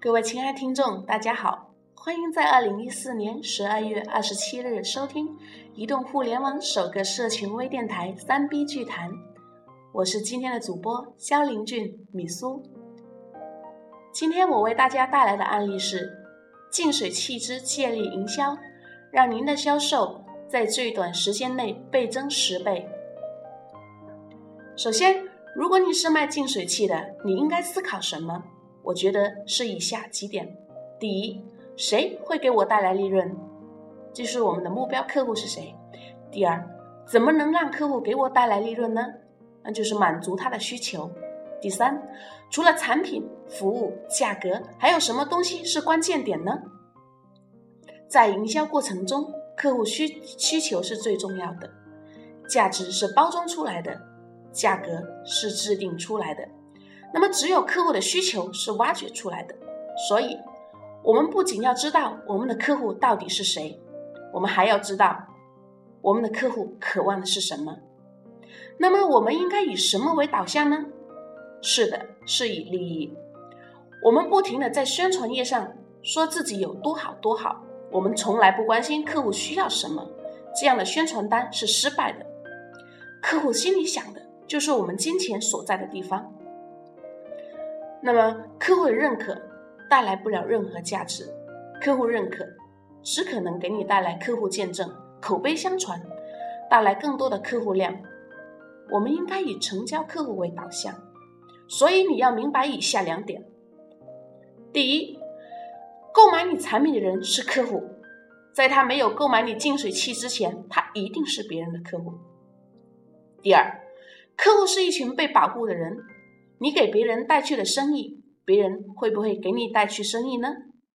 各位亲爱听众，大家好，欢迎在2014年12月27日收听移动互联网首个社群微电台3B 剧谈。我是今天的主播肖林俊米苏。今天我为大家带来的案例是净水器之借力营销，让您的销售在最短时间内倍增10倍。首先，如果你是卖净水器的，你应该思考什么？我觉得是以下几点。第一，谁会给我带来利润？就是我们的目标客户是谁？第二，怎么能让客户给我带来利润呢？那就是满足他的需求。第三，除了产品、服务、价格，还有什么东西是关键点呢？在营销过程中，客户需求是最重要的，价值是包装出来的，价格是制定出来的。那么只有客户的需求是挖掘出来的，所以我们不仅要知道我们的客户到底是谁，我们还要知道我们的客户渴望的是什么。那么我们应该以什么为导向呢？是的，是以利益。我们不停地在宣传页上说自己有多好多好，我们从来不关心客户需要什么，这样的宣传单是失败的。客户心里想的就是我们金钱所在的地方。那么客户的认可带来不了任何价值，客户认可只可能给你带来客户见证、口碑相传，带来更多的客户量。我们应该以成交客户为导向，所以你要明白以下2点。第一，购买你产品的人是客户，在他没有购买你净水器之前，他一定是别人的客户。第二，客户是一群被保护的人，你给别人带去了生意，别人会不会给你带去生意呢？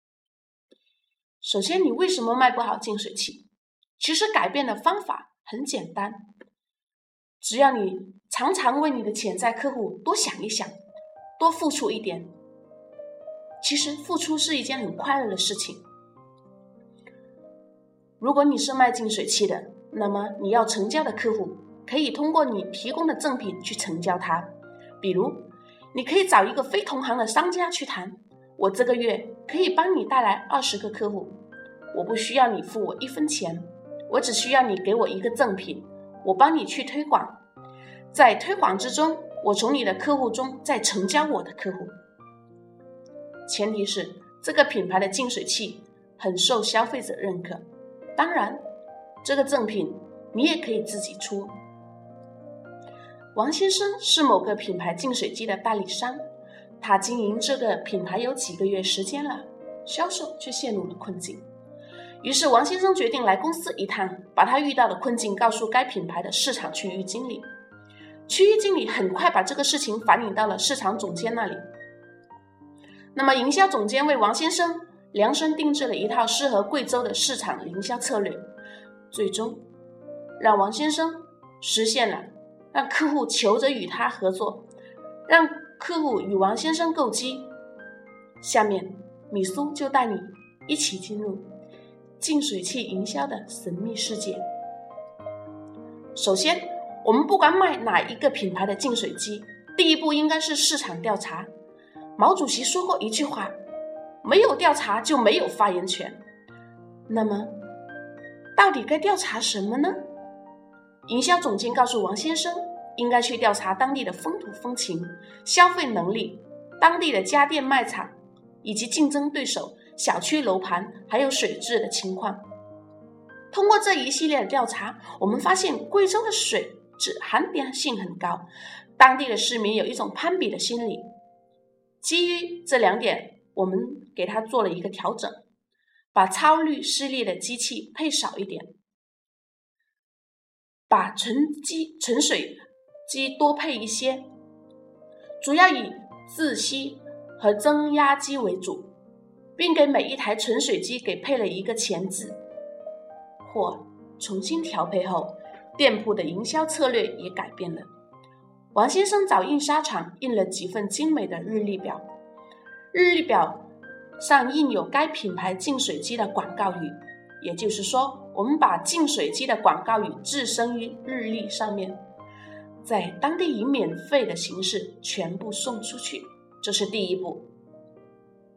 首先，你为什么卖不好净水器？其实改变的方法很简单，只要你常常为你的潜在客户多想一想，多付出一点。其实付出是一件很快乐的事情。如果你是卖净水器的，那么你要成交的客户可以通过你提供的赠品去成交他。比如你可以找一个非同行的商家去谈，我这个月可以帮你带来20个客户，我不需要你付我1分钱，我只需要你给我一个赠品，我帮你去推广，在推广之中，我从你的客户中再成交我的客户。前提是这个品牌的净水器很受消费者认可，当然这个赠品你也可以自己出。王先生是某个品牌净水机的代理商，他经营这个品牌有几个月时间了，销售却陷入了困境。于是王先生决定来公司一趟，把他遇到的困境告诉该品牌的市场区域经理。区域经理很快把这个事情反映到了市场总监那里。那么营销总监为王先生量身定制了一套适合贵州的市场营销策略，最终让王先生实现了让客户求着与他合作，让客户与王先生购机。下面米苏就带你一起进入净水器营销的神秘世界。首先，我们不管卖哪一个品牌的净水机，第一步应该是市场调查。毛主席说过一句话，没有调查就没有发言权。那么到底该调查什么呢？营销总监告诉王先生，应该去调查当地的风土风情、消费能力、当地的家电卖场以及竞争对手、小区楼盘还有水质的情况。通过这一系列的调查，我们发现贵州的水质含碘性很高，当地的市民有一种攀比的心理。基于这2点，我们给它做了一个调整，把超滤湿力的机器配少一点，把纯水机多配一些，主要以自吸和增压机为主，并给每一台纯水机给配了一个钳子。或重新调配后，店铺的营销策略也改变了。王先生找印刷厂印了几份精美的日历表，日历表上印有该品牌净水机的广告语，也就是说，我们把净水机的广告语置身于日历上面，在当地以免费的形式全部送出去，这是第一步。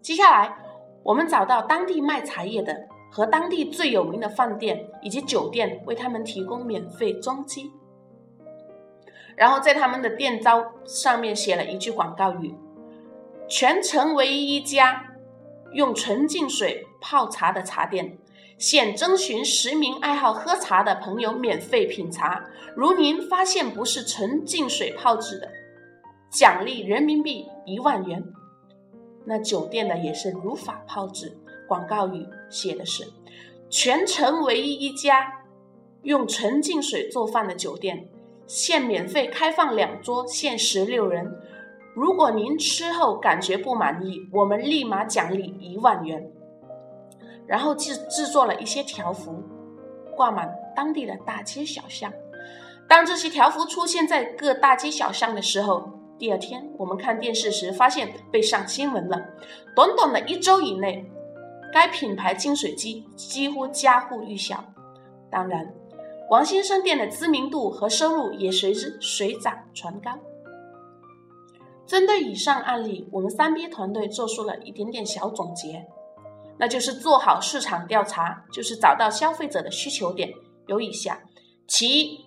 接下来我们找到当地卖茶叶的和当地最有名的饭店以及酒店，为他们提供免费中鸡，然后在他们的店招上面写了一句广告语：全城唯一一家用纯净水泡茶的茶店，现征询10名爱好喝茶的朋友免费品茶，如您发现不是纯净水泡制的，奖励人民币1万元。那酒店的也是如法炮制，广告语写的是全城唯一一家用纯净水做饭的酒店，现免费开放2桌，限16人，如果您吃后感觉不满意，我们立马奖励1万元。然后制作了一些条幅，挂满当地的大街小巷。当这些条幅出现在各大街小巷的时候，第二天我们看电视时发现被上新闻了。短短的1周以内，该品牌净水机几乎家喻户晓。当然，王先生店的知名度和收入也随之水涨船高。针对以上案例，我们3B 团队做出了一点点小总结，那就是做好市场调查，就是找到消费者的需求点有以下：其一，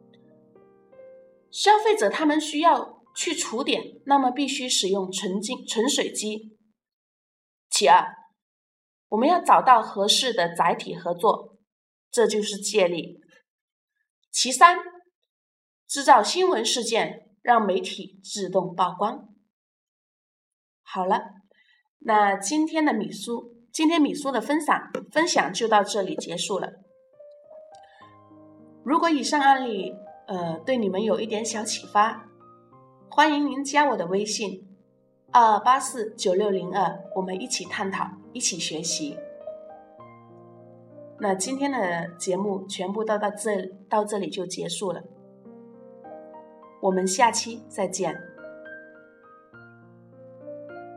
消费者他们需要去除点，那么必须使用纯水机。其二，我们要找到合适的载体合作，这就是借力。其三，制造新闻事件，让媒体自动曝光。好了，那今天米苏的分享就到这里结束了。如果以上案例对你们有一点小启发，欢迎您加我的微信22849602，我们一起探讨，一起学习。那今天的节目全部到这里就结束了，我们下期再见。